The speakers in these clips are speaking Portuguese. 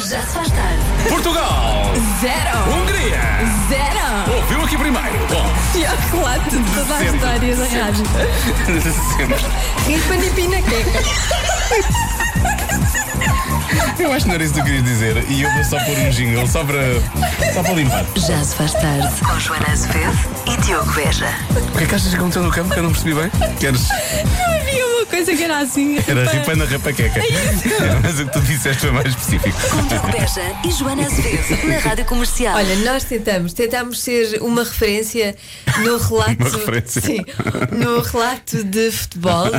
Já se faz tarde. Portugal! 0. Hungria! 0. Ouviu aqui primeiro. Bom, Pior relato de toda a Sempre, história da rádio. sempre. Ripa e pina queca. Eu acho que não era isso que eu queria dizer. E eu vou só pôr um jingle, só para limpar. Já se faz tarde. Com Joana Azevedo e Diogo Beja. O que é que achas que aconteceu no campo que eu não percebi bem? Queres? Havia uma coisa que era assim. Era ripa na rapaqueca. Mas o que tu disseste foi mais específico. Com Diogo Beja e Joana Azevedo. Na Rádio Comercial. Olha, nós tentamos ser uma referência no relato. Uma referência. Sim, no relato de futebol.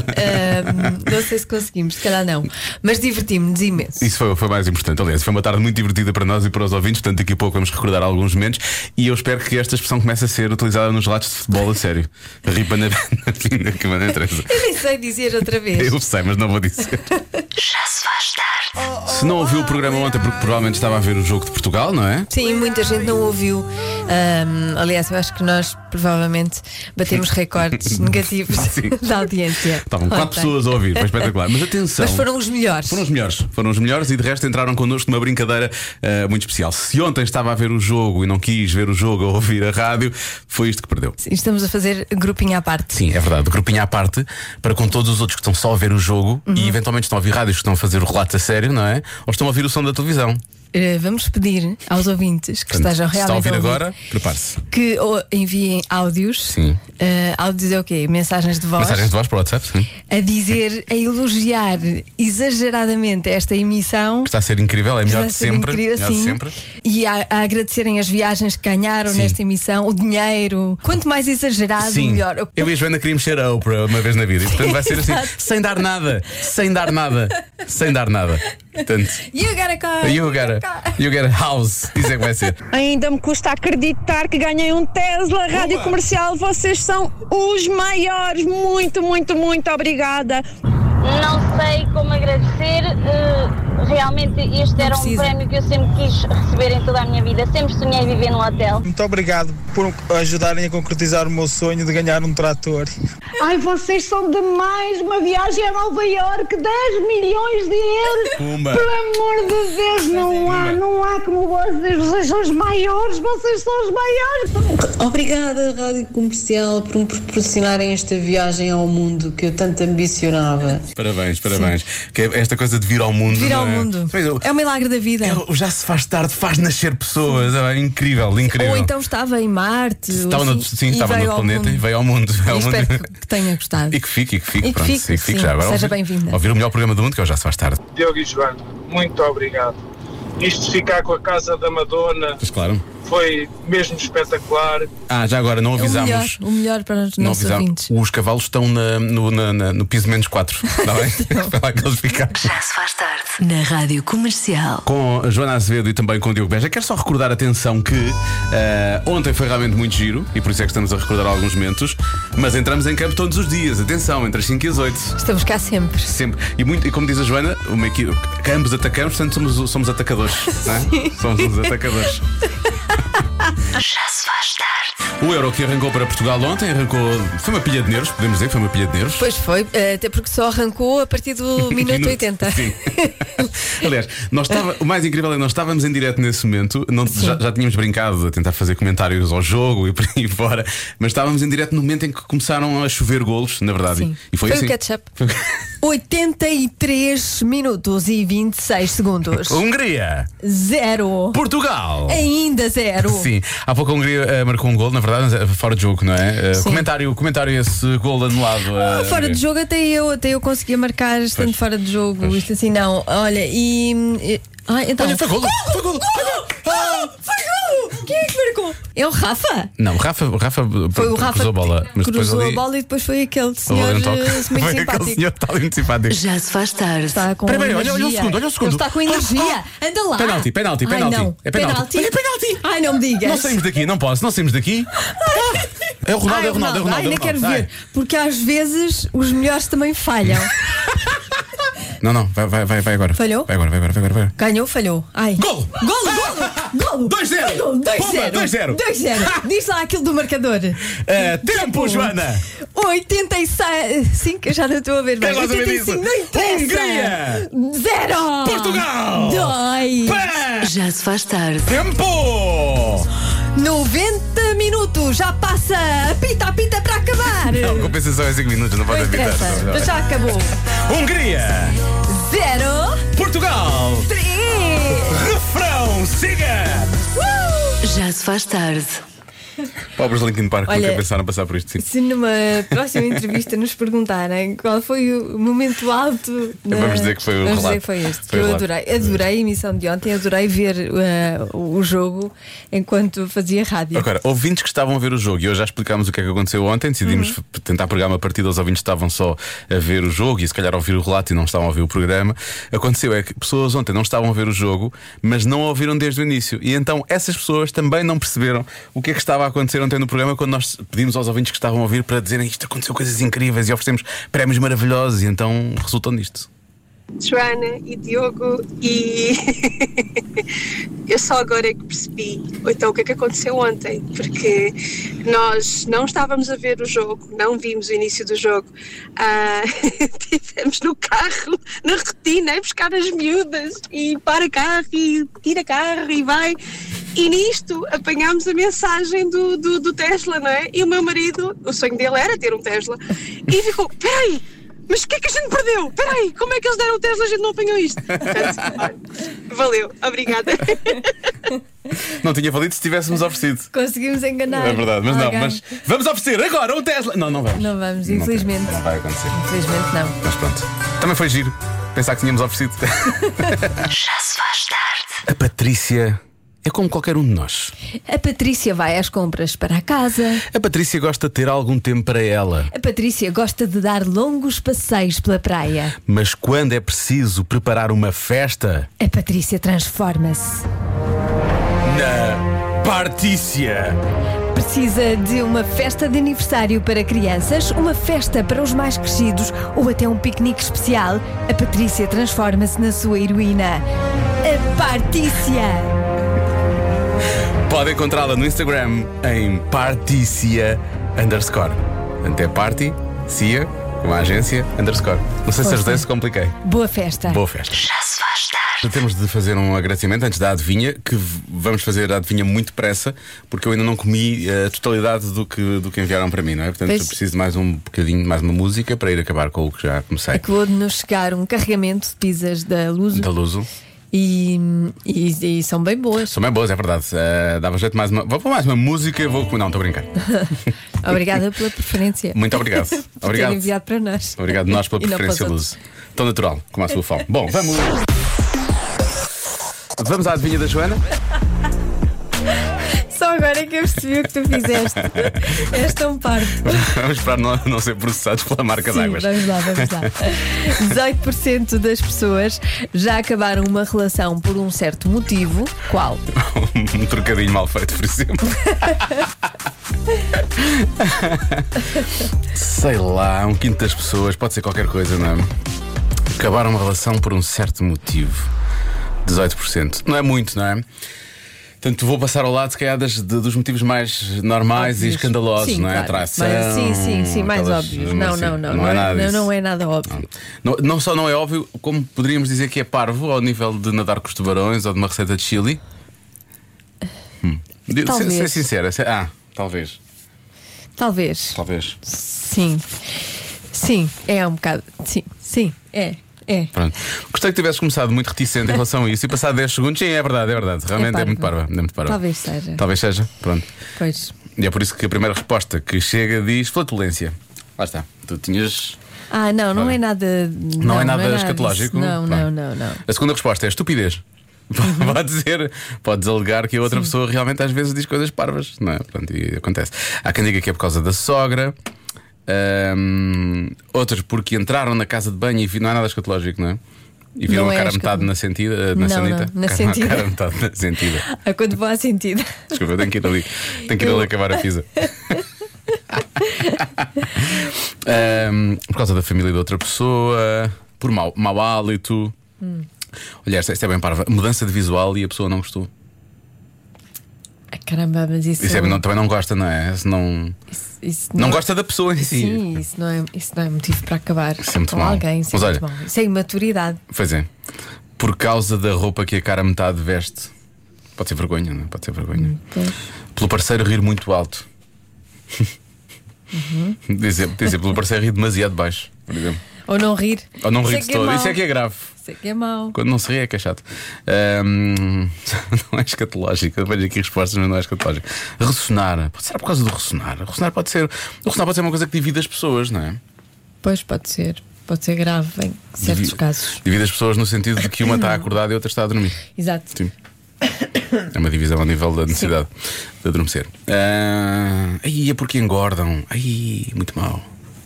Não sei se conseguimos, se calhar não. Mas divertimos-nos imenso. Isso foi mais importante. Aliás, foi uma tarde muito divertida para nós e para os ouvintes. Portanto, daqui a pouco vamos recordar alguns momentos. E eu espero que esta expressão comece a ser utilizada nos relatos de futebol a sério. Ripa na pinga, que não interessa. Eu nem sei dizer outra vez. Eu sei, mas não vou dizer. Já se faz tarde. Se não ouviu o programa ontem, porque provavelmente estava a ver o jogo de Portugal, não é? Sim, muita gente não ouviu. Aliás, eu acho que nós provavelmente batemos recordes negativos Sim. da audiência. Estavam 4 ontem. pessoas a ouvir, foi espetacular. Mas atenção. Mas foram os melhores. Foram os melhores e de resto entraram connosco numa brincadeira muito especial. Se ontem estava a ver o jogo e não quis ver o jogo ou ouvir a rádio, foi isto que perdeu. Estamos a fazer grupinho à parte. Sim, é verdade, grupinho à parte para com todos os outros que estão só a ver o jogo e eventualmente estão a ouvir rádios que estão a fazer o relato a sério, não é? Ou estão a ouvir o som da televisão. Vamos pedir aos ouvintes que Portanto, estejam se está a realmente ouvir a ouvir, agora, prepare-se. que enviem áudios. Sim. Áudios é o quê? Mensagens de voz. Mensagens de voz para o WhatsApp, sim. A dizer, a elogiar exageradamente esta emissão. Está a ser incrível, é melhor de Está a ser sempre. incrível, Melhor de sim. sempre. E a agradecerem as viagens que ganharam Sim. nesta emissão, o dinheiro. Quanto mais exagerado, Sim, melhor. eu e a Joana queríamos ser a Oprah uma vez na vida. E portanto vai ser assim, Exato. sem dar nada, sem dar nada, sem dar nada. Portanto, You got a car. you get a house. Isso é que vai ser. Ainda me custa acreditar que ganhei um Tesla. Rádio Comercial, vocês são os maiores. Muito, muito, muito obrigada. Não sei como agradecer. Realmente este era um precisa. prémio que eu sempre quis receber em toda a minha vida. Sempre sonhei viver num hotel. Muito obrigado por ajudarem a concretizar o meu sonho de ganhar um trator. Ai, vocês são demais. Uma viagem a Nova Iorque, 10 milhões de euros. Pumba. Por amor de Deus, não há como vocês são os maiores. Vocês são os maiores. Obrigada, Rádio Comercial, por me proporcionarem esta viagem ao mundo que eu tanto ambicionava. Parabéns. Que é esta coisa de vir ao mundo. Vir não ao é? mundo. Pois, É o milagre da vida. o já se faz tarde, faz nascer pessoas. É incrível. Ou então estava em Marte. Estava ou no, assim, sim, e estava veio no ao planeta mundo. e veio ao mundo. E espero que tenha gostado. E que fique. que Pronto, fique, sim. já agora. Seja ouvir- bem-vinda. Ouvir o melhor programa do mundo, que é o Já se faz tarde. Diogo e Joana, muito obrigado. Isto de ficar com a casa da Madonna Mas claro. foi mesmo espetacular. Já agora não avisámos. O melhor para os Não nossos avisámos. ouvintes. Os cavalos estão no piso menos 4. Está bem? Para lá que eles ficaram. Já se faz tarde. Na Rádio Comercial. Com a Joana Azevedo e também com o Diogo Beja. Quero só recordar, atenção, que ontem foi realmente muito giro e por isso é que estamos a recordar alguns momentos. Mas entramos em campo todos os dias. Atenção, entre as 5 e as 8. Estamos cá sempre. Sempre. E como diz a Joana, que ambos atacamos, portanto somos atacadores. Não é? Somos uns atacadores. Já se faz tarde. O Euro que arrancou para Portugal ontem foi uma pilha de nervos, podemos dizer que foi uma pilha de nervos. Pois foi, até porque só arrancou a partir do minuto 80. Sim. Aliás, o mais incrível é que nós estávamos em direto nesse momento. Já tínhamos brincado a tentar fazer comentários ao jogo e por aí fora, mas estávamos em direto no momento em que começaram a chover golos, na verdade. Sim. E foi assim. o catch-up. 83 minutos e 26 segundos. Hungria, 0. Portugal. Ainda 0. Sim, há pouco a Hungria marcou um gol, na verdade, mas fora de jogo, não é? Sim. Comentário esse gol anulado. Fora de jogo até eu conseguia marcar estando Pois. fora de jogo. Pois. Isto assim não. Olha, então. Olha, foi gol! Foi gol! Foi gol! Quem é que marcou? É o Rafa? Não, o Rafa Foi o Rafa cruzou a bola, mas depois cruzou ali a bola e depois foi aquele senhor houve um toque. muito Foi aquele simpático. senhor que está ali muito simpático. Já se faz tarde. Está com Espera aí, energia. olha o segundo. Ele está com energia. Anda lá. Penalti. Ai, não. É penalti. Olha, penalti. Ai, não me digas. Não saímos daqui, não saímos daqui. É o Ronaldo, é o Ronaldo. Ai, ainda quero Vai. ver. Porque às vezes os melhores também falham. Não, vai agora. Falhou? Vai agora. Ganhou, falhou. Ai. Golo! Golo! 2-0. 2-0. 2-0. Diz lá aquilo do marcador. Tempo, Joana! 85, já não estou a ver bem. Quer lá saber 85, disso? não interessa. Hungria! 0. Portugal! 2. Pé! Já se faz tarde. Tempo! 90 minutos, já passa! Apita para acabar! Não, compensação é 5 minutos, não pode apitar. interessa, já acabou. Hungria! 0, Portugal! 3. Refrão, siga! Já se faz tarde. Pobres Linkin Park, Olha, nunca pensaram passar por isto. Sim. Se numa próxima entrevista nos perguntarem qual foi o momento alto, Vamos dizer que foi o vamos relato. dizer que foi este. Foi Que o eu relato. adorei a emissão de ontem, adorei ver o jogo enquanto fazia rádio. Agora, ouvintes que estavam a ver o jogo, e hoje já explicámos o que é que aconteceu ontem, decidimos tentar pegar uma partida aos ouvintes que estavam só a ver o jogo e se calhar a ouvir o relato e não estavam a ouvir o programa. Aconteceu é que pessoas ontem não estavam a ver o jogo, mas não a ouviram desde o início. E então essas pessoas também não perceberam o que é que estava a acontecer ontem no programa, quando nós pedimos aos ouvintes que estavam a ouvir para dizerem isto aconteceu coisas incríveis e oferecemos prémios maravilhosos, e então resultou nisto. Joana e Diogo, e eu só agora é que percebi então o que é que aconteceu ontem, porque nós não estávamos a ver o jogo, não vimos o início do jogo, estivemos no carro, na rotina, a buscar as miúdas e para carro e tira carro e vai, e nisto apanhámos a mensagem do Tesla, não é? E o meu marido, o sonho dele era ter um Tesla, e ficou, peraí, mas o que é que a gente perdeu? Espera aí, como é que eles deram o Tesla e a gente não apanhou isto? Portanto, olha, valeu, obrigada. Não tinha valido se tivéssemos oferecido. Conseguimos enganar. É verdade, mas não, alguém. mas vamos oferecer agora um Tesla. Não vamos. Não vamos, Não infelizmente. tem, não vai acontecer. Infelizmente não. Mas pronto. Também foi giro pensar que tínhamos oferecido. Já se faz tarde. A Patrícia é como qualquer um de nós. A Patrícia vai às compras para a casa. A Patrícia gosta de ter algum tempo para ela. A Patrícia gosta de dar longos passeios pela praia. Mas quando é preciso preparar uma festa, A Patrícia transforma-se. na Partícia. Precisa de uma festa de aniversário para crianças, uma festa para os mais crescidos ou até um piquenique especial. A Patrícia transforma-se na sua heroína. A Partícia. Pode encontrá-la no Instagram em Partícia _. Portanto, é Party, Cia, com a agência _. Não sei se ajudei, se compliquei. Boa festa. Boa festa. Já se faz tarde. Temos de fazer um agradecimento antes da adivinha, que vamos fazer a adivinha muito depressa, porque eu ainda não comi a totalidade do que enviaram para mim, não é? Portanto, Pois. eu preciso de mais um bocadinho, mais uma música para ir acabar com o que já comecei. Acabou de nos chegar um carregamento de pizzas da Luso Da Luso. e são bem boas. São bem boas, é verdade. Dava jeito mais uma. Vou pôr mais uma música. Não, estou a brincar. Obrigada pela preferência. Muito obrigado. Por Obrigado. ter enviado para nós. Obrigado nós pela E não para os preferência, outros. Luso. Tão natural como a sua fome. Bom, vamos. Vamos à adivinha da Joana? Só agora é que eu percebi o que tu fizeste. És tão parvo. Vamos esperar não ser processados pela marca Sim, d'águas. vamos lá. 18% das pessoas já acabaram uma relação por um certo motivo. Qual? Um trocadinho mal feito, por exemplo. Sei lá, um quinto das pessoas, pode ser qualquer coisa, não é? Acabaram uma relação por um certo motivo. 18%. Não é muito, não é? Portanto, vou passar ao lado, se calhar, dos motivos mais normais Óbvios. e escandalosos, Sim, não é? claro. Atração. Sim, mais aquelas- óbvios. Não assim, é nada disso. não é nada óbvio. Não só não é óbvio, como poderíamos dizer que é parvo ao nível de nadar com os tubarões ou de uma receita de chili. Talvez. Ser sincera. Talvez. Talvez. Sim, é um bocado. Sim, é. Pronto. Gostei que tivesse começado muito reticente em relação a isso e passado 10 segundos. Sim, é verdade. Realmente é muito parva. Talvez seja. Talvez seja. Pronto. Pois. E é por isso que a primeira resposta que chega diz flatulência. Lá está. Tu tinhas. Não é nada. Não é nada escatológico? Não. A segunda resposta é estupidez. Podes alegar que a outra pessoa realmente às vezes diz coisas parvas, não é? Pronto, e acontece. Há quem diga que é por causa da sogra. Outros porque entraram na casa de banho e não é nada escatológico, não é? E viram Não a é cara metade na sentida, na sanita. na sentida. A cara metade na sentida. Quando vou à sentida. Desculpa, tenho que ir ali. Tenho que ir ali acabar a pizza. Por causa da família de outra pessoa, por mau hálito. Olha, esta é bem parva. Mudança de visual e a pessoa não gostou. Caramba, mas isso Também não gosta, não é? isso não gosta da pessoa em si. Sim, isso não é motivo para acabar Isso é muito com mau. alguém. Isso Mas é olha- muito mau. Isso é imaturidade. Pois é. Por causa da roupa que a cara metade veste. Pode ser vergonha, não é? Pode ser vergonha. Pelo parceiro rir muito alto. Dizer pelo parceiro rir demasiado baixo, por exemplo. Ou não rir. Ou não rir de todo. Isso é que é grave. Isso é que é mau. Quando não se ri é que é chato. Não é escatológico. Eu vejo aqui respostas, mas não é escatológico. Ressonar. Será por causa do ressonar? Ressonar pode ser uma coisa que divide as pessoas, não é? Pois pode ser. Pode ser grave em certos casos. Divide as pessoas no sentido de que uma está acordada e a outra está a dormir. Exato. Sim. É uma divisão ao nível da necessidade de adormecer. Aí é porque engordam. Aí, muito mal.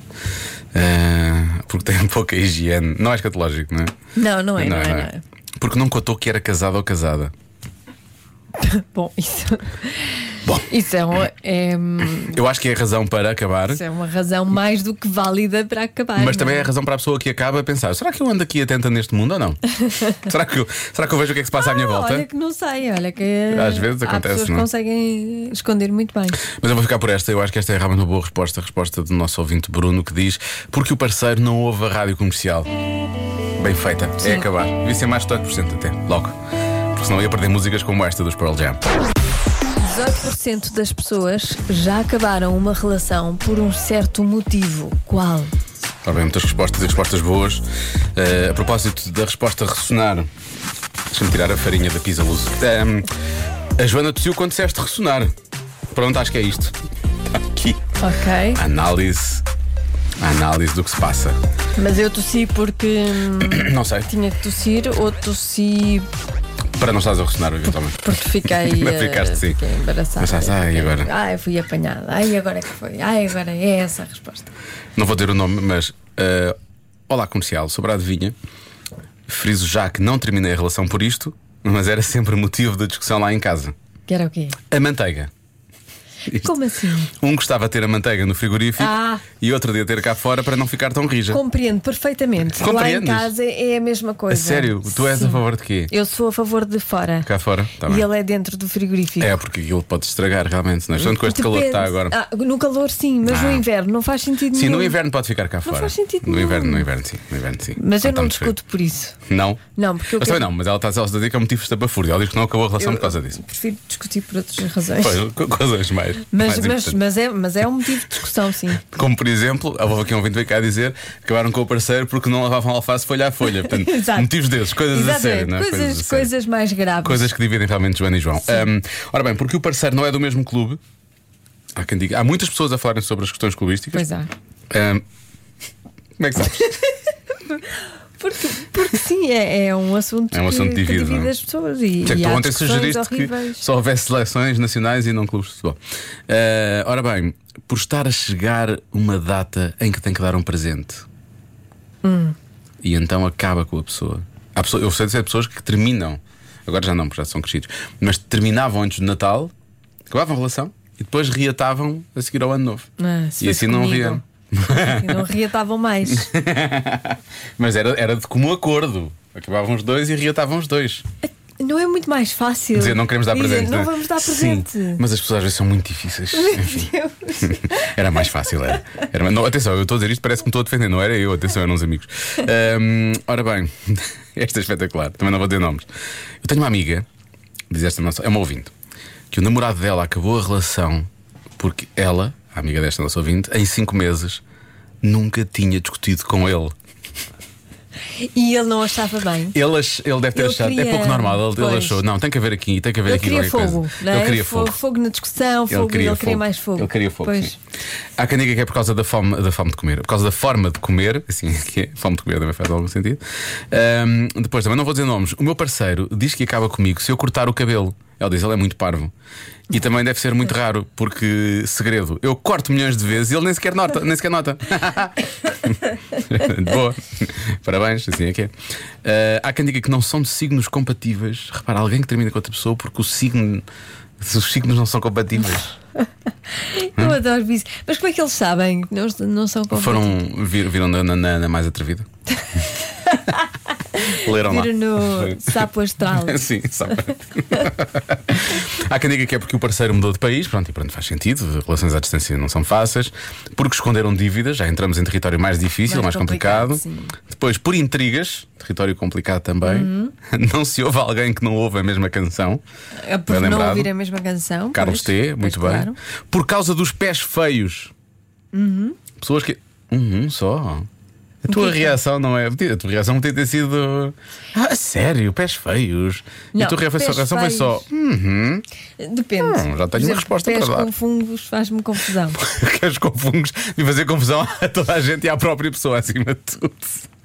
Porque têm pouca higiene. Não é escatológico, não é? Não é. Porque não contou que era casado ou casada. Bom, isso é eu acho que é a razão para acabar. Isso é uma razão mais do que válida para acabar. Mas também é a razão para a pessoa que acaba a pensar: será que eu ando aqui atenta neste mundo ou não? será que eu vejo o que é que se passa à minha volta? Olha que não sei, olha que às vezes acontece, pessoas que conseguem esconder muito bem. Mas eu vou ficar por esta. Eu acho que esta é realmente uma boa resposta. A resposta do nosso ouvinte Bruno, que diz: porque o parceiro não ouve a rádio comercial. Bem feita, é acabar. Devia ser mais de 18% até, logo. Porque senão ia perder músicas como esta dos Pearl Jam. 18% das pessoas já acabaram uma relação por um certo motivo. Qual? Está bem, muitas respostas e respostas boas. A propósito da resposta ressonar, deixa-me tirar a farinha da pizza luz. A Joana tossiu quando disseste ressonar. Pronto, acho que é isto. Está aqui. Ok. A análise do que se passa. Mas eu tossi porque não sei. Tinha que tossir ou tossi para não estás a ressonar eventualmente. porque fiquei fiquei embaraçada. Mas e agora? Eu fui apanhada. Agora que foi. Agora é essa a resposta. Não vou dizer o nome, mas olá comercial, sobre a adivinha. Friso já que não terminei a relação por isto, mas era sempre motivo de discussão lá em casa. Que era o quê? A manteiga. Como assim? Um gostava de ter a manteiga no frigorífico e outro de ter cá fora para não ficar tão rija. Compreendo perfeitamente. Lá em casa é a mesma coisa. A sério? Tu és a favor de quê? Eu sou a favor de fora. Cá fora? Tá e bem. ele é dentro do frigorífico. É, porque aquilo pode estragar realmente, não é? Tanto com este calor que está agora. No calor sim, mas no inverno não faz sentido nenhum. Sim, no inverno pode ficar cá fora. Não faz sentido no nenhum. inverno sim. Mas eu não discuto por isso. Não? Não, porque eu também não, mas ela está a dizer que é um motivo de estapafúrdia. Ela diz que não acabou a relação por causa disso. Prefiro discutir por outras razões. Pois, razões mais. Mas é um motivo de discussão, sim. Como por exemplo, houve aqui um ouvinte veio cá dizer que acabaram com o parceiro porque não lavavam alface folha a folha. Portanto, motivos desses, coisas a sério, não é? Coisas mais graves. Coisas que dividem realmente Joana e João. Ora bem, porque o parceiro não é do mesmo clube. Há quem diga. Há muitas pessoas a falarem sobre as questões clubísticas. Pois há. Como é que sabes? Porque sim, é um assunto que divide as pessoas. E tu há ontem sugeriste horríveis. Que só houvesse seleções nacionais e não clubes de futebol. Ora bem, por estar a chegar uma data em que tem que dar um presente e então acaba com a pessoa. Eu sei dizer pessoas que terminam, agora já não, porque já são crescidos, mas terminavam antes do Natal, acabavam a relação e depois reatavam a seguir ao Ano Novo. E assim não riam. E não reatavam mais. Mas era de comum acordo. Acabavam os dois e reatavam os dois. Não é muito mais fácil dizer não queremos dar presente. Não vamos dar presente. Sim, mas as pessoas às vezes são muito difíceis. Enfim. Era mais fácil, era. Não, atenção, eu estou a dizer isto, parece que me estou a defender. Não era eu, atenção, eram uns amigos. Ora bem, esta é espetacular. Também não vou dizer nomes. Eu tenho uma amiga, diz esta nossa, é uma ouvinte, que o namorado dela acabou a relação porque ela, a amiga desta nossa ouvinte, em 5 meses nunca tinha discutido com ele. E ele não achava bem. Ele deve ter achado. É pouco normal. Ele achou, não, tem que haver aqui qualquer fogo, coisa. Não é? Ele queria fogo. Fogo na discussão, ele queria mais fogo. Ele queria fogo. Pois. Sim. Há quem diga que é por causa da fome de comer, por causa da forma de comer, assim, que é, fome de comer também faz algum sentido. Depois também não vou dizer nomes. O meu parceiro diz que acaba comigo se eu cortar o cabelo. Ele diz, ele é muito parvo. E também deve ser muito raro, porque, segredo, eu corto milhões de vezes e ele nem sequer nota. Boa, parabéns, assim é que é. Há quem diga que não são de signos compatíveis. Repara, alguém que termina com outra pessoa porque os signos não são compatíveis. Eu adoro isso. Mas como é que eles sabem que não são compatíveis? Viram na mais atrevida. Leram lá. Vira no sapo astral. Sim, sabe. Há quem diga que é porque o parceiro mudou de país, pronto, e pronto, faz sentido. Relações à distância não são fáceis. Porque esconderam dívidas, já entramos em território mais difícil, mais complicado. Sim. Depois, por intrigas, território complicado também. Não se ouve alguém que não ouve a mesma canção. É por Bem não lembrado. ouvir a mesma canção. Carlos pois, T, muito pois, bem. claro. Por causa dos pés feios. Pessoas que. Só. A tua reação não é. A tua reação tem ter sido. Sério, pés feios. E Não, a tua reação pés foi só. Depende. já tenho Por exemplo, uma resposta pés para dar. com fungos faz-me confusão. Queres com fungos e fazer confusão a toda a gente e à própria pessoa acima de tudo.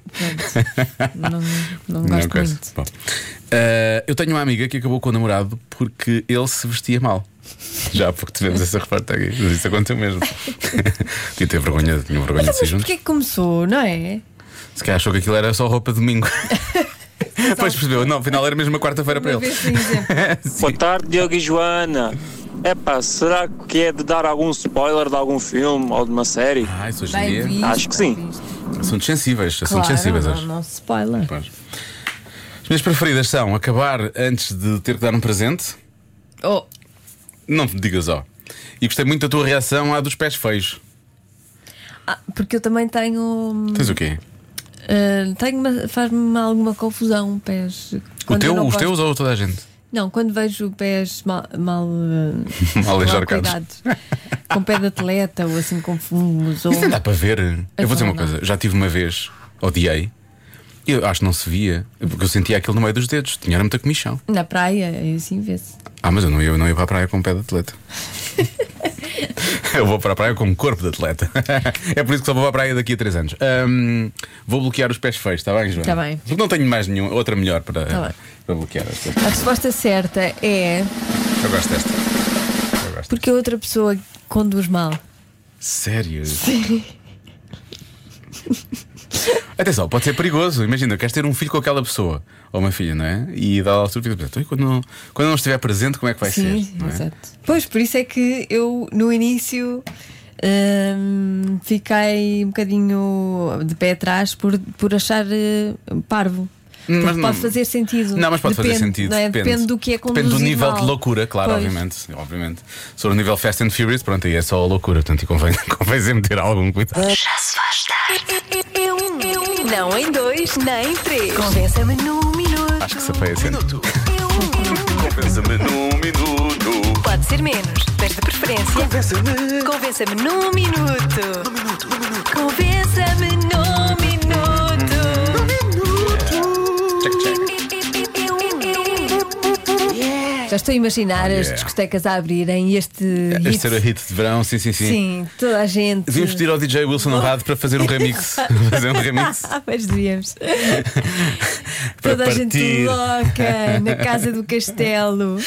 Não gosto coisa. muito. Bom. Eu tenho uma amiga que acabou com o namorado porque ele se vestia mal. Já há pouco tivemos essa reporta aqui. Mas isso aconteceu mesmo. Tinha vergonha de ser juntos. Porquê que começou, não é? Se calhar achou que aquilo era só roupa de domingo. Depois percebeu, não, afinal era mesmo uma quarta-feira para Uma ele. vez, por exemplo. Boa tarde, Diogo e Joana. Será que é de dar algum spoiler de algum filme ou de uma série? Isso hoje Bem em dia. visto, Acho que sim. bem visto. Assuntos sensíveis. Claro, hoje. não se spoiler. Pois. As minhas preferidas são acabar antes de ter que dar um presente. Oh, Não me digas E gostei muito da tua reação à dos pés feios. porque eu também tenho. Tens o quê? Faz-me alguma confusão pés. Quando eu não Os gosto- teus ou toda a gente? Não, quando vejo pés mal Mal encharcados. cuidados, com pé de atleta ou assim com fungos. Ou... Isso não dá para ver. Eu vou dizer uma não. coisa. Já tive uma vez, odiei. Eu acho que não se via, porque eu sentia aquilo no meio dos dedos. Tinha muita comichão. Na praia, e assim vê-se. Mas eu não ia para a praia com pé de atleta. Eu vou para a praia com corpo de atleta. É por isso que só vou para a praia daqui a 3 anos. Vou bloquear os pés feios, está bem, Joana? Está bem. Porque não tenho mais outra melhor para bem. bloquear esta. A resposta certa é Eu gosto desta. porque a outra pessoa conduz mal. Sério? Sim. Atenção, pode ser perigoso. Imagina, queres ter um filho com aquela pessoa ou uma filha, não é? E dá altura e quando não estiver presente, como é que vai ser? Sim, não é? exato. Pois, por isso é que eu no início fiquei um bocadinho de pé atrás por achar parvo. Mas Porque não- pode fazer sentido. Não, mas pode Depende, fazer sentido. não é? Depende do que é conduzir Depende do nível mal. de loucura, claro, Pois. obviamente. Se for o nível Fast and Furious, pronto, aí é só a loucura. Portanto, convém sempre ter algum cuidado. Já se faz tarde. Não em 2, nem em 3. Convença-me num minuto. Acho que se foi assim. Convença-me num minuto. Pode ser menos, mas de preferência. Convença-me num minuto. Convença-me num minuto. Já estou a imaginar as discotecas a abrirem este Este hit. ser a hit de verão, sim. Sim, toda a gente. Devíamos pedir ao DJ Wilson Honrado para fazer um remix. Fazer um remix. Mas devíamos. Para Toda a gente partir. louca na casa do castelo.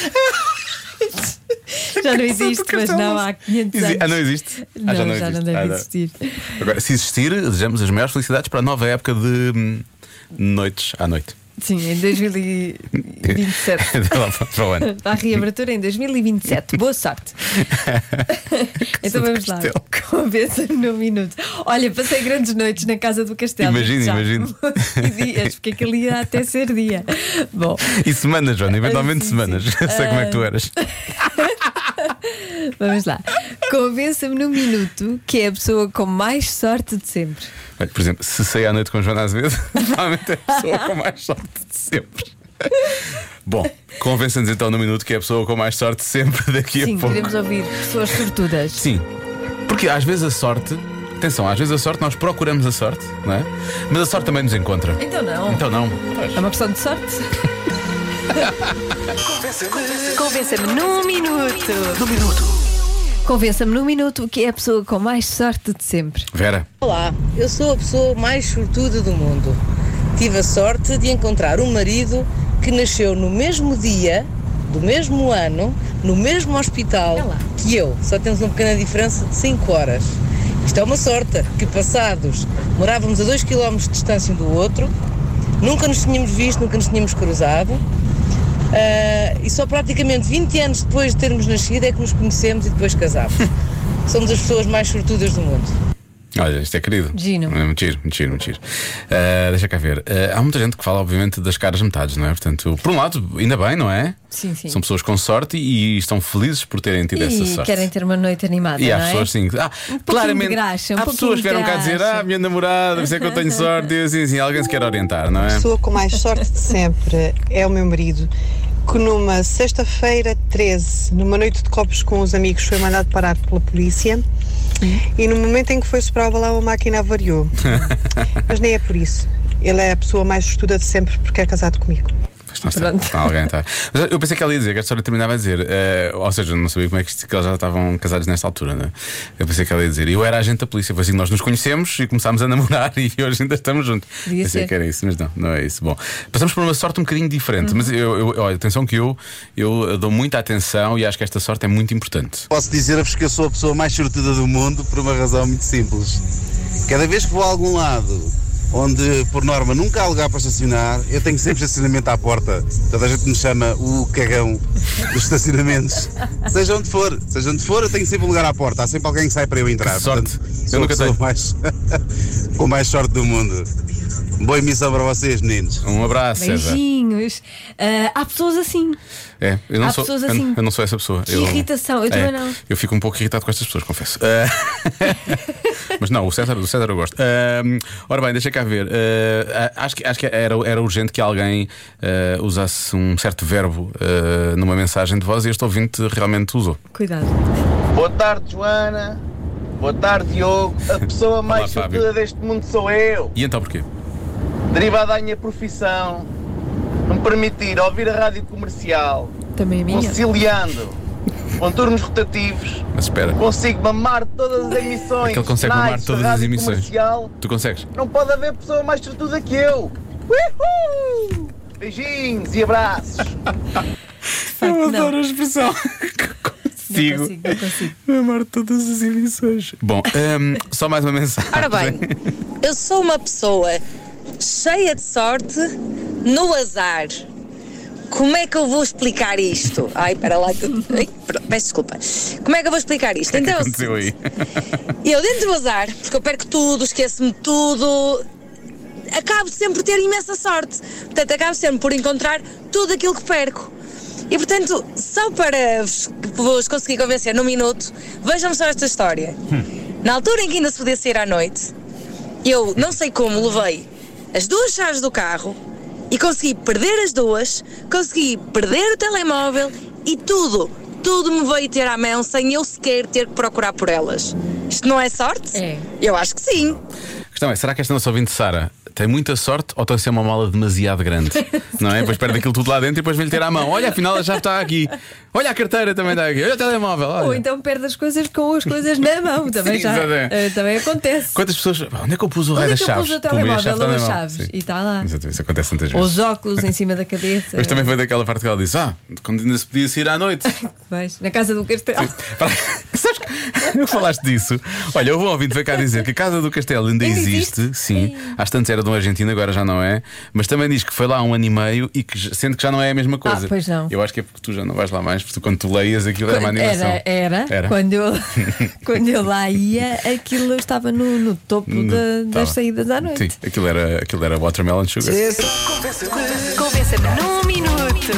Já não existe, mas não há 500 anos. Não existe? Não, já não já existe. não deve não. existir. Agora, se existir, desejamos as maiores felicidades para a nova época de noites à noite. Sim, em 2027. Para o ano. Para a reabertura em 2027. Boa sorte. Então vamos lá. Castelo. Convença-me num minuto. Olha, passei grandes noites na casa do castelo. Imagino, Já. imagino. E dias, porque aquele ia até ser dia. Bom, E semanas, Joana, eventualmente Sim, semanas. sim. Sei como é que tu eras. vamos lá. Convença-me num minuto que é a pessoa com mais sorte de sempre. Olha, por exemplo, se sair à noite com Joana Azevedo, provavelmente é a pessoa com mais sorte de sempre. Bom, convença-nos então no minuto que é a pessoa com mais sorte sempre daqui Sim, a pouco. queremos ouvir pessoas sortudas. Sim, porque às vezes a sorte, atenção, às vezes a sorte nós procuramos a sorte, não é? Mas a sorte também nos encontra. Então não. Então não. É uma questão de sorte. Convença-me num minuto. Convença-me num minuto que é a pessoa com mais sorte de sempre. Vera, Olá, eu sou a pessoa mais sortuda do mundo. Tive a sorte de encontrar um marido que nasceu no mesmo dia, do mesmo ano, no mesmo hospital que eu. Só temos uma pequena diferença de 5 horas. Isto é uma sorte, que passados, morávamos a 2 km de distância um do outro, nunca nos tínhamos visto, nunca nos tínhamos cruzado. E só praticamente 20 anos depois de termos nascido é que nos conhecemos e depois casámos. Somos as pessoas mais sortudas do mundo. Olha, isto é querido. Gino. Muito giro. Deixa cá ver. Há muita gente que fala, obviamente, das caras metades, não é? Portanto, por um lado, ainda bem, não é? Sim. São pessoas com sorte e estão felizes por terem tido essa sorte. E querem ter uma noite animada. E há não pessoas, sim. Claramente. De graxa, há pessoas que vieram cá dizer: minha namorada, você é que eu tenho sorte. E assim, alguém se quer orientar, não é? A pessoa com mais sorte de sempre é o meu marido, que numa sexta-feira 13, numa noite de copos com os amigos, foi mandado parar pela polícia. E no momento em que foi soprar o balão, a máquina avariou. Mas nem é por isso. Ele é a pessoa mais estuda de sempre porque é casado comigo. Alguém tá. Mas eu pensei que ela ia dizer, que a história terminava a dizer, ou seja, não sabia como é que eles já estavam casados nesta altura, né? Eu pensei que ela ia dizer, eu era agente da polícia, foi assim que nós nos conhecemos e começámos a namorar e hoje ainda estamos juntos. Pensei que era isso, mas não é isso. Bom, passamos por uma sorte um bocadinho diferente, mas olha, atenção que eu dou muita atenção e acho que esta sorte é muito importante. Posso dizer-vos que eu sou a pessoa mais sortuda do mundo por uma razão muito simples. Cada vez que vou a algum lado onde, por norma, nunca há lugar para estacionar, eu tenho sempre estacionamento à porta. Toda a gente me chama o cagão dos estacionamentos. Seja onde for, eu tenho sempre lugar à porta. Há sempre alguém que sai para eu entrar. Que sorte. Portanto, sou a pessoa com mais sorte do mundo. Boa emissão para vocês, meninos. Um abraço. Beijinhos. Há pessoas assim. Eu não sou essa pessoa. Que irritação, eu também não. Eu fico um pouco irritado com estas pessoas, confesso. Mas não, do César eu gosto. Ora bem, deixa cá ver. Acho que era urgente que alguém usasse um certo verbo numa mensagem de voz e este ouvinte realmente usou. Cuidado. Boa tarde, Joana. Boa tarde, Diogo. A pessoa mais sortuda deste mundo sou eu. E então porquê? Derivada da minha profissão, me permitir ouvir a rádio comercial, também minha, conciliando com turnos rotativos. Mas espera, consigo mamar todas as emissões. É que ele consegue mamar todas as emissões. Tu consegues? Não pode haver pessoa mais sortuda que eu. Uhul! Beijinhos e abraços. Eu adoro a expressão. Não consigo mamar todas as emissões. Bom, só mais uma mensagem. Ora bem, eu sou uma pessoa cheia de sorte no azar. Como é que eu vou explicar isto? Ai, espera lá que peço desculpa. Como é que eu vou explicar isto? Então, aconteceu aí? Eu dentro do azar, porque eu perco tudo, esqueço-me de tudo, acabo sempre por ter imensa sorte. Portanto, acabo sempre por encontrar tudo aquilo que perco. E portanto, só para vos conseguir convencer num minuto, vejam só esta história. Na altura em que ainda se podia sair à noite, eu não sei como levei as duas chaves do carro e consegui perder as duas, consegui perder o telemóvel e tudo me veio ter à mão sem eu sequer ter que procurar por elas. Isto não é sorte? É. Eu acho que sim. A questão é, será que esta nossa ouvinte Sara tem muita sorte ou está a ser uma mala demasiado grande? Não é? Depois perde aquilo tudo lá dentro e depois vem-lhe ter à mão. Olha, afinal a chave está aqui. Olha, a carteira também está aqui. Olha o telemóvel. Olha. Ou então perde as coisas com as coisas na mão. Também sim, também acontece. Quantas pessoas. Onde é que eu pus o raio das chaves? Onde é que eu pus o telemóvel ou as chaves? E está lá. Isso acontece tantas vezes. Os óculos em cima da cabeça. Mas também foi daquela parte que ela disse: quando ainda se podia sair à noite. Vais, na casa do Castelo. Sabes que eu falaste disso? Olha, houve um ouvinte que veio cá dizer que a Casa do Castelo ainda existe. Sim. Às tantas era de uma Argentina, agora já não é. Mas também diz que foi lá há 1 ano e meio e que sente que já não é a mesma coisa. Pois não. Eu acho que é porque tu já não vais lá mais, porque quando tu leias aquilo era uma animação. Era. Quando eu lá ia, aquilo estava no topo das saídas à noite. Sim, aquilo era Watermelon Sugar. Convença-me num minuto.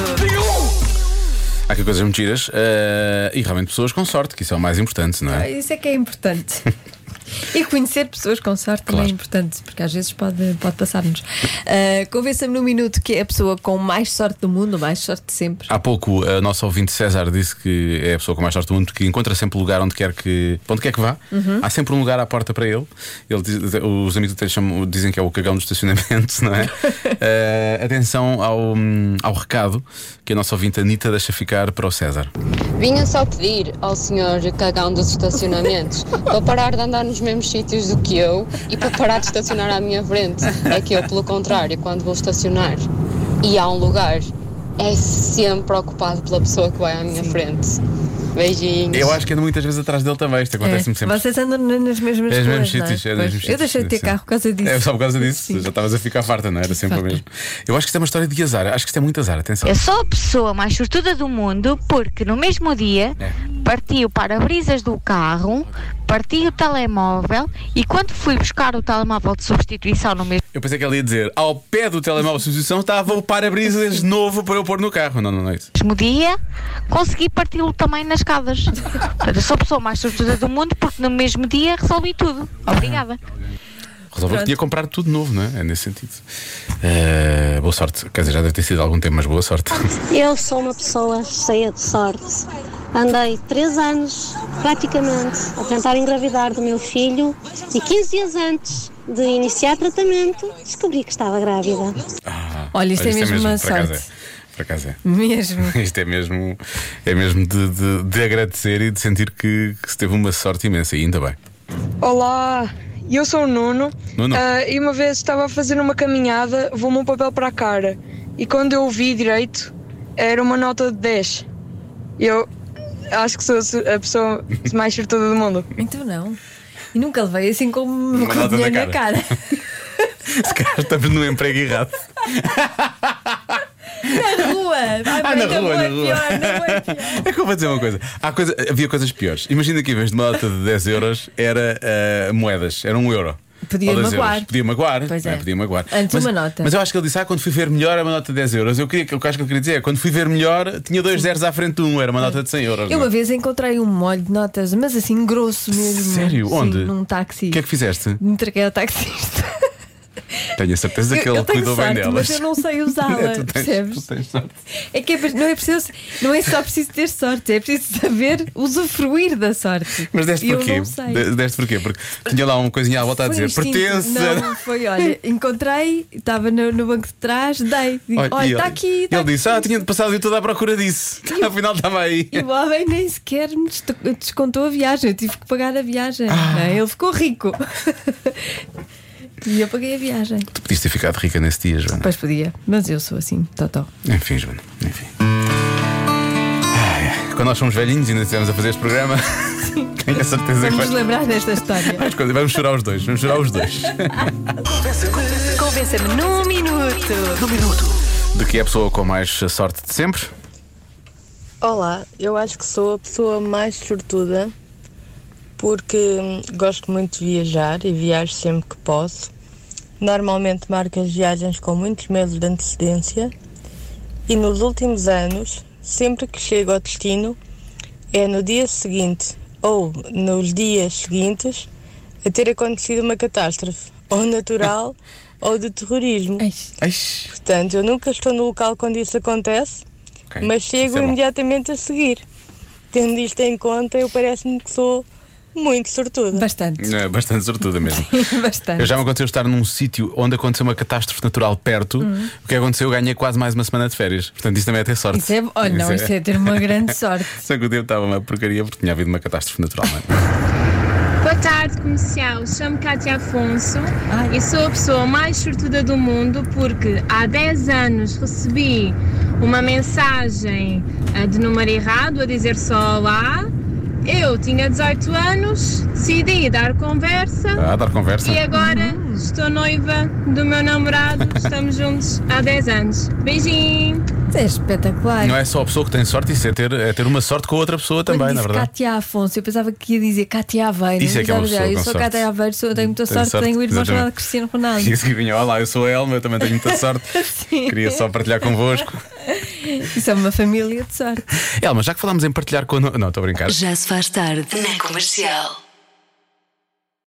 Há aqui coisas muito giras e realmente pessoas com sorte, que isso é o mais importante, não é? Isso é que é importante. E conhecer pessoas com sorte também é importante, porque às vezes pode passar-nos. Convença-me num minuto que é a pessoa com mais sorte do mundo, mais sorte de sempre. Há pouco a nossa ouvinte César disse que é a pessoa com mais sorte do mundo, porque encontra sempre lugar onde quer que vá. Há sempre um lugar à porta para ele. Os amigos até dizem que é o cagão do estacionamento, não é? Atenção ao recado que a nossa ouvinte Anitta deixa ficar para o César. Vinha só pedir ao senhor cagão dos estacionamentos para parar de andar nos mesmos sítios do que eu e para parar de estacionar à minha frente. É que eu, pelo contrário, quando vou estacionar e há um lugar, é sempre ocupado pela pessoa que vai à minha frente. Beijinhos. Eu acho que ando muitas vezes atrás dele também. Isto acontece-me sempre. Vocês andam nas mesmas sítios. Eu deixei de ter carro por causa disso. É só por causa disso. Sim. Já estavas a ficar farta, não era sempre o mesmo. Eu acho que isto é uma história de azar. Acho que isto é muito azar. Atenção. Eu sou a pessoa mais sortuda do mundo porque no mesmo dia parti o para-brisas do carro, parti o telemóvel e quando fui buscar o telemóvel de substituição no mesmo... Eu pensei que ela ia dizer, ao pé do telemóvel de substituição estava o para-brisas novo para eu pôr no carro. Não é isso. No mesmo dia, consegui parti-lo também nas escadas. Eu sou a pessoa mais sortuda do mundo porque no mesmo dia resolvi tudo. Obrigada. Resolveu que ia comprar tudo novo, não é? É nesse sentido. Boa sorte. Quer dizer, já deve ter sido algum tempo, mas boa sorte. Eu sou uma pessoa cheia de sorte. Andei 3 anos, praticamente, a tentar engravidar do meu filho e 15 dias antes de iniciar tratamento, descobri que estava grávida. Olha, isto é mesmo uma sorte. Por acaso é. Mesmo. Isto é mesmo de agradecer e de sentir que se teve uma sorte imensa, e ainda bem. Olá, eu sou o Nuno. E uma vez estava a fazer uma caminhada, levou-me um papel para a cara e quando eu o vi direito era uma nota de 10. Eu acho que sou a pessoa mais sortuda do mundo. Então não. E nunca levei assim como uma dinheiro na cara. Se calhar estamos no emprego errado. Na rua. Na rua. É que eu vou dizer uma coisa. Havia coisas piores. Imagina que em vez de uma nota de 10 euros era moedas, era 1 euro. Podia magoar. Podia magoar. Pois é. Podia magoar. Antes uma nota. Mas eu acho que ele disse: quando fui ver melhor, era uma nota de 10 euros. O que acho que ele queria dizer é: quando fui ver melhor, tinha 2 zeros à frente de 1, era uma nota de 100 euros. Eu uma vez encontrei um molho de notas, mas assim grosso mesmo. Sério? Sim, onde? num táxi. O que é que fizeste? Me entreguei ao taxista. Tenho a certeza que ele cuidou bem delas. Mas eu não sei usá-la, percebes? Tu tens sorte. É que não é só preciso ter sorte, é preciso saber usufruir da sorte. Mas deste porquê? Deste porquê? Porque tinha lá uma coisinha à volta a dizer pertence. Não, foi, olha, encontrei, estava no banco de trás, dei. Olha, está aqui. Ele disse: tinha passado o dia todo à procura disso. Afinal estava aí. E o homem nem sequer me descontou a viagem, eu tive que pagar a viagem. Ele ficou rico. E eu paguei a viagem. Tu podias ter ficado rica nesse dia, Joana. Pois podia, mas eu sou assim, totó. Enfim, Joana, enfim. Quando nós somos velhinhos e ainda estivemos a fazer este programa, tenho a certeza que vamos lembrar desta história. Vamos chorar os dois. Convença-me num minuto. De que é a pessoa com mais sorte de sempre? Olá, eu acho que sou a pessoa mais sortuda porque gosto muito de viajar e viajo sempre que posso. Normalmente marco as viagens com muitos meses de antecedência e nos últimos anos, sempre que chego ao destino, é no dia seguinte ou nos dias seguintes a ter acontecido uma catástrofe, ou natural ou de terrorismo. Portanto, eu nunca estou no local quando isso acontece, mas chego imediatamente a seguir. Tendo isto em conta, eu parece-me que sou muito sortuda. Bastante sortuda mesmo. Bastante. Eu já me aconteceu estar num sítio onde aconteceu uma catástrofe natural perto. O que aconteceu? Eu ganhei quase mais uma semana de férias. Portanto, isso também é ter sorte. Isso é ter uma grande sorte. Só que o tempo estava uma porcaria porque tinha havido uma catástrofe natural. Boa tarde, comercial. Chamo-me Cátia Afonso e sou a pessoa mais sortuda do mundo porque há 10 anos recebi uma mensagem de número errado a dizer só olá. Eu tinha 18 anos, decidi dar conversa. E agora estou noiva do meu namorado. Estamos juntos há 10 anos. Beijinho. É espetacular. Não é só a pessoa que tem sorte, isso é ter uma sorte com a outra pessoa também, na verdade. Cátia Afonso, eu pensava que ia dizer Cátia Aveiro. Isso é que é uma pessoa eu sou Cátia Aveiro, tenho muita sorte, tenho o irmão chamado Cristiano Ronaldo. E isso que vinha, olá, eu sou a Elma, eu também tenho muita sorte. Queria só partilhar convosco. Isso é uma família de sorte. Elma, já que falámos em partilhar connosco. Não, estou a brincar. Já se faz tarde na Comercial.